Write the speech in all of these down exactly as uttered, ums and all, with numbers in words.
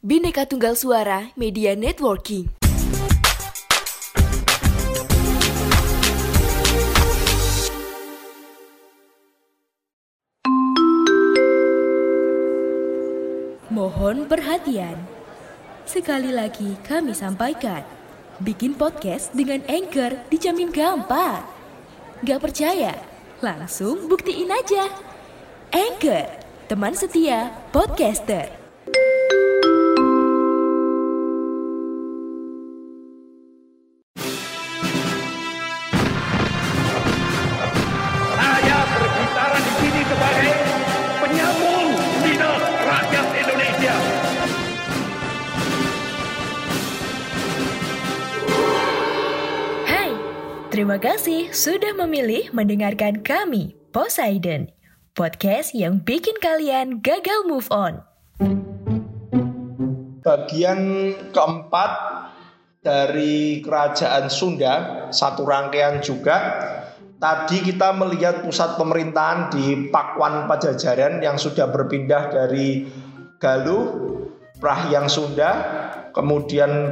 Bhinneka Tunggal Suara Media Networking. Mohon perhatian. Sekali lagi kami sampaikan, bikin podcast dengan Anchor dijamin gampang. Gak percaya? Langsung buktiin aja. Anchor, teman setia podcaster. Saya berbicara di sini sebagai penyambung lidah rakyat Indonesia. Hai, terima kasih sudah memilih mendengarkan kami, Poseidon, podcast yang bikin kalian gagal move on. Bagian keempat dari Kerajaan Sunda, satu rangkaian juga. Tadi kita melihat pusat pemerintahan di Pakuan Pajajaran yang sudah berpindah dari Galuh, Prahyang Sunda, kemudian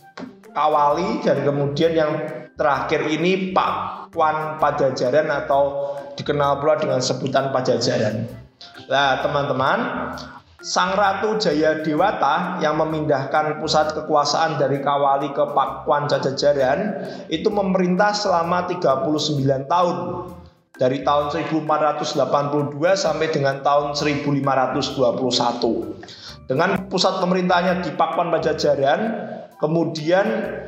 Kawali, dan kemudian yang terakhir ini Pakuan Pajajaran atau dikenal pula dengan sebutan Pajajaran. Nah, teman-teman, Sang Ratu Jayadewata yang memindahkan pusat kekuasaan dari Kawali ke Pakuan Pajajaran itu memerintah selama tiga puluh sembilan tahun, dari tahun seribu empat ratus delapan puluh dua sampai dengan tahun seribu lima ratus dua puluh satu. Dengan pusat pemerintahnya di Pakuan Pajajaran, kemudian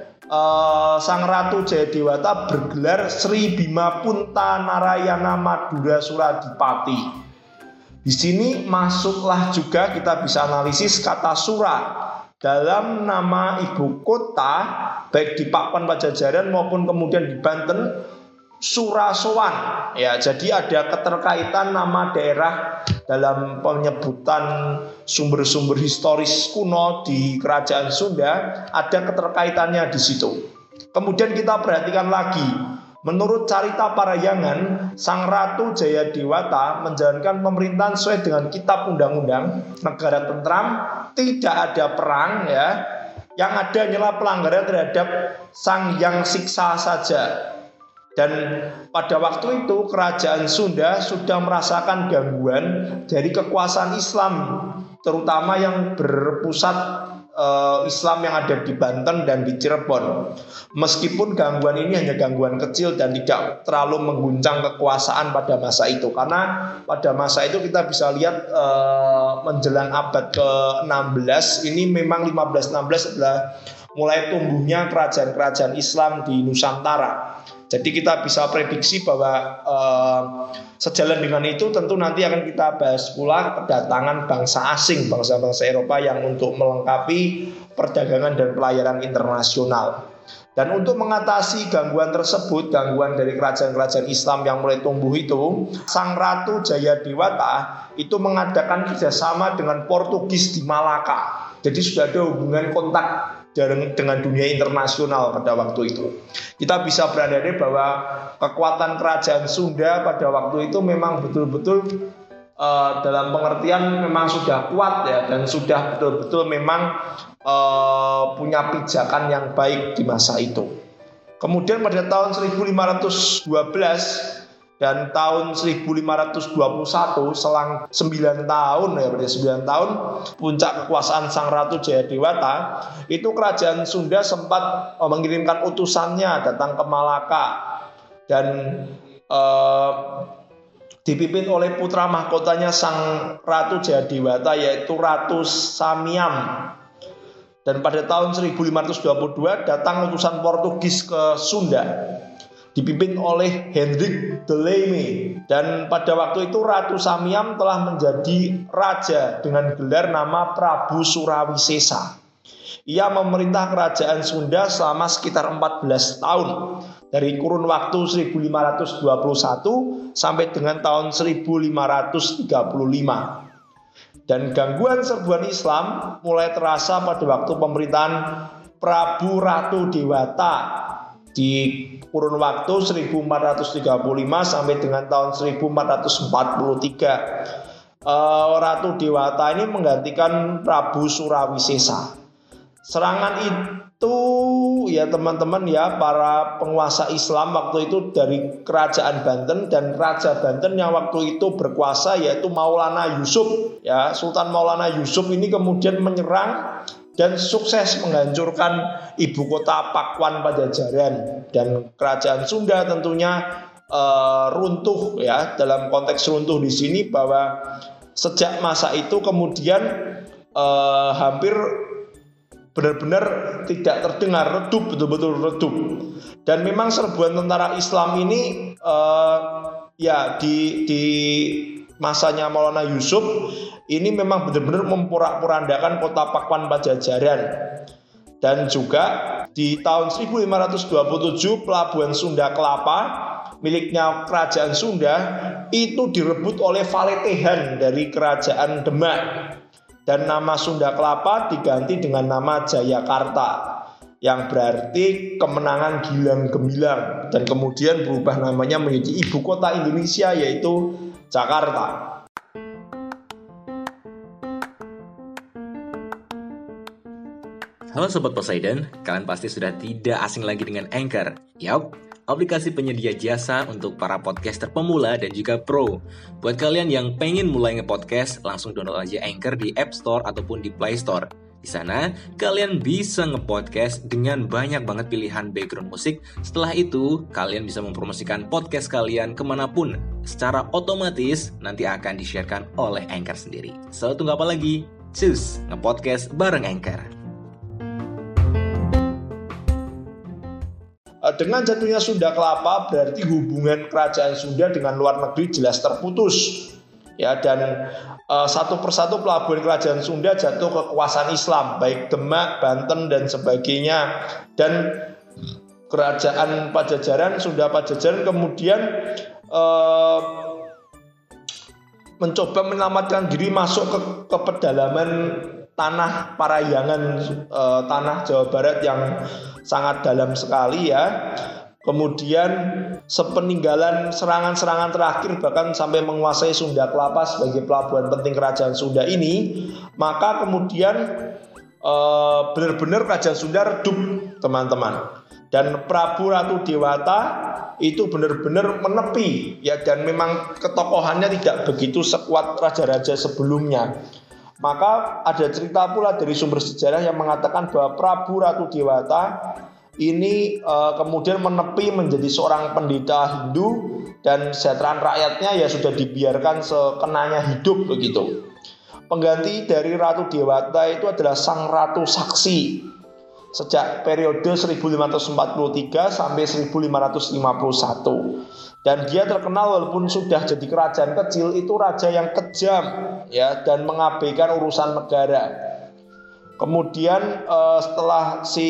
eh, Sang Ratu Jayadewata bergelar Sri Bima Punta Narayana Madura Suradipati. Di sini masuklah juga kita bisa analisis kata Sura dalam nama ibu kota, baik di Pakuan Pajajaran maupun kemudian di Banten, Surasowan. Ya, jadi ada keterkaitan nama daerah dalam penyebutan sumber-sumber historis kuno di Kerajaan Sunda, ada keterkaitannya di situ. Kemudian kita perhatikan lagi. Menurut Carita Parayangan, Sang Ratu Jayadewata menjalankan pemerintahan sesuai dengan kitab undang-undang, negara tentram, tidak ada perang, ya. Yang ada hanyalah pelanggaran terhadap Sang Hyang Siksa saja. Dan pada waktu itu kerajaan Sunda sudah merasakan gangguan dari kekuasaan Islam, terutama yang berpusat Uh, Islam yang ada di Banten dan di Cirebon. Meskipun gangguan ini hanya gangguan kecil dan tidak terlalu mengguncang kekuasaan pada masa itu, karena pada masa itu kita bisa lihat uh, menjelang abad ke enam belas ini memang lima belas enam belas adalah mulai tumbuhnya kerajaan-kerajaan Islam di Nusantara. Jadi kita bisa prediksi bahwa uh, sejalan dengan itu tentu nanti akan kita bahas pula kedatangan bangsa asing, bangsa-bangsa Eropa yang untuk melengkapi perdagangan dan pelayaran internasional. Dan untuk mengatasi gangguan tersebut, gangguan dari kerajaan-kerajaan Islam yang mulai tumbuh itu, Sang Ratu Jayadewata itu mengadakan kerjasama dengan Portugis di Malaka. Jadi sudah ada hubungan kontak dengan dunia internasional pada waktu itu. Kita bisa berandai bahwa kekuatan kerajaan Sunda pada waktu itu memang betul-betul uh, dalam pengertian memang sudah kuat, ya, dan sudah betul-betul memang uh, punya pijakan yang baik di masa itu. Kemudian pada tahun seribu lima ratus dua belas dan tahun seribu lima ratus dua puluh satu, selang sembilan tahun, ya berarti sembilan tahun puncak kekuasaan Sang Ratu Jayadewata, itu kerajaan Sunda sempat mengirimkan utusannya datang ke Malaka dan eh, dipimpin oleh putra mahkotanya Sang Ratu Jayadewata, yaitu Ratu Samiam. Dan pada tahun seribu lima ratus dua puluh dua datang utusan Portugis ke Sunda, dipimpin oleh Hendrik de Leyme, dan pada waktu itu Ratu Samiam telah menjadi raja dengan gelar nama Prabu Surawisesa. Ia memerintah kerajaan Sunda selama sekitar empat belas tahun, dari kurun waktu seribu lima ratus dua puluh satu sampai dengan tahun seribu lima ratus tiga puluh lima. Dan gangguan serbuan Islam mulai terasa pada waktu pemerintahan Prabu Ratu Dewata di kurun waktu seribu empat ratus tiga puluh lima sampai dengan tahun seribu empat ratus empat puluh tiga. uh, Ratu Dewata ini menggantikan Prabu Surawisesa. Serangan itu ya teman-teman ya, para penguasa Islam waktu itu dari kerajaan Banten, dan Raja Banten yang waktu itu berkuasa yaitu Maulana Yusuf ya. Sultan Maulana Yusuf ini kemudian menyerang dan sukses menghancurkan ibu kota Pakuan Pajajaran, dan kerajaan Sunda tentunya uh, runtuh ya. Dalam konteks runtuh di sini bahwa sejak masa itu kemudian uh, hampir benar-benar tidak terdengar, redup, betul-betul redup. Dan memang serbuan tentara Islam ini uh, ya di di masanya Maulana Yusuf ini memang benar-benar memporak-porandakan kota Pakuan Pajajaran. Dan juga di tahun seribu lima ratus dua puluh tujuh pelabuhan Sunda Kelapa miliknya kerajaan Sunda itu direbut oleh Valetehan dari kerajaan Demak. Dan nama Sunda Kelapa diganti dengan nama Jayakarta, yang berarti kemenangan gilang gemilang, dan kemudian berubah namanya menjadi ibu kota Indonesia yaitu Jakarta. Halo Sobat Poseidon, kalian pasti sudah tidak asing lagi dengan Anchor. Yap, aplikasi penyedia jasa untuk para podcaster pemula dan juga pro. Buat kalian yang pengen mulai nge-podcast, langsung download aja Anchor di App Store ataupun di Play Store. Di sana, kalian bisa nge-podcast dengan banyak banget pilihan background musik. Setelah itu, kalian bisa mempromosikan podcast kalian kemanapun. Secara otomatis, nanti akan di-sharekan oleh Anchor sendiri. So, tunggu apa lagi? Cus, nge-podcast bareng Anchor. Dengan jatuhnya Sunda Kelapa berarti hubungan kerajaan Sunda dengan luar negeri jelas terputus ya, dan uh, satu persatu pelabuhan kerajaan Sunda jatuh ke kekuasaan Islam, baik Demak, Banten dan sebagainya. Dan kerajaan Pajajaran, Sunda Pajajaran kemudian uh, mencoba menyelamatkan diri masuk ke, ke pedalaman tanah Parahyangan, uh, tanah Jawa Barat yang sangat dalam sekali ya. Kemudian sepeninggalan serangan-serangan terakhir bahkan sampai menguasai Sunda Kelapa sebagai pelabuhan penting kerajaan Sunda ini, maka kemudian eh, benar-benar kerajaan Sunda redup teman-teman. Dan Prabu Ratu Dewata itu benar-benar menepi ya, dan memang ketokohannya tidak begitu sekuat raja-raja sebelumnya. Maka ada cerita pula dari sumber sejarah yang mengatakan bahwa Prabu Ratu Dewata ini e, kemudian menepi menjadi seorang pendeta Hindu, dan kesejahteraan rakyatnya ya sudah dibiarkan sekenanya hidup begitu. Pengganti dari Ratu Dewata itu adalah Sang Ratu Saksi sejak periode seribu lima ratus empat puluh tiga sampai seribu lima ratus lima puluh satu. Dan dia terkenal walaupun sudah jadi kerajaan kecil, itu raja yang kejam ya, dan mengabaikan urusan negara. Kemudian uh, setelah si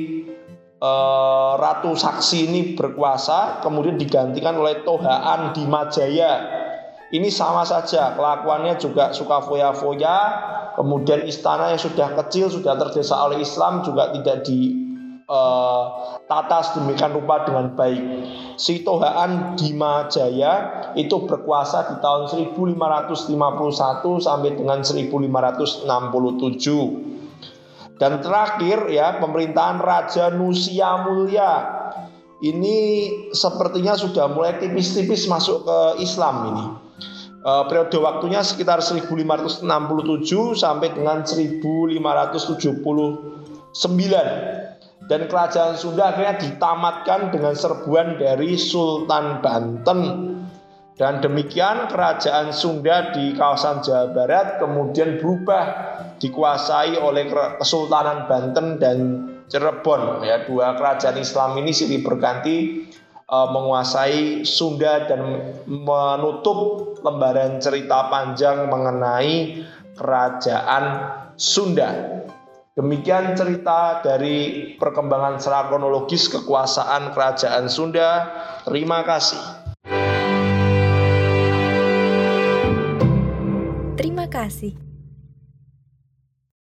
uh, Ratu Saksi ini berkuasa, kemudian digantikan oleh Tohaan Dimajaya. Ini sama saja, kelakuannya juga suka foya-foya. Kemudian istana yang sudah kecil, sudah terdesa oleh Islam juga tidak di Uh, tata sedemikian rupa dengan baik. Si Tohaan Dimajaya itu berkuasa di tahun seribu lima ratus lima puluh satu sampai dengan seribu lima ratus enam puluh tujuh. Dan terakhir ya, pemerintahan Raja Nusia Mulya ini sepertinya sudah mulai tipis-tipis masuk ke Islam ini. Uh, periode waktunya sekitar seribu lima ratus enam puluh tujuh sampai dengan seribu lima ratus tujuh puluh sembilan. Dan kerajaan Sunda akhirnya ditamatkan dengan serbuan dari Sultan Banten. Dan demikian kerajaan Sunda di kawasan Jawa Barat kemudian berubah, dikuasai oleh Kesultanan Banten dan Cirebon ya. Dua kerajaan Islam ini silih berganti uh, menguasai Sunda dan menutup lembaran cerita panjang mengenai kerajaan Sunda. Demikian cerita dari perkembangan secara kronologis kekuasaan kerajaan Sunda. Terima kasih. Terima kasih.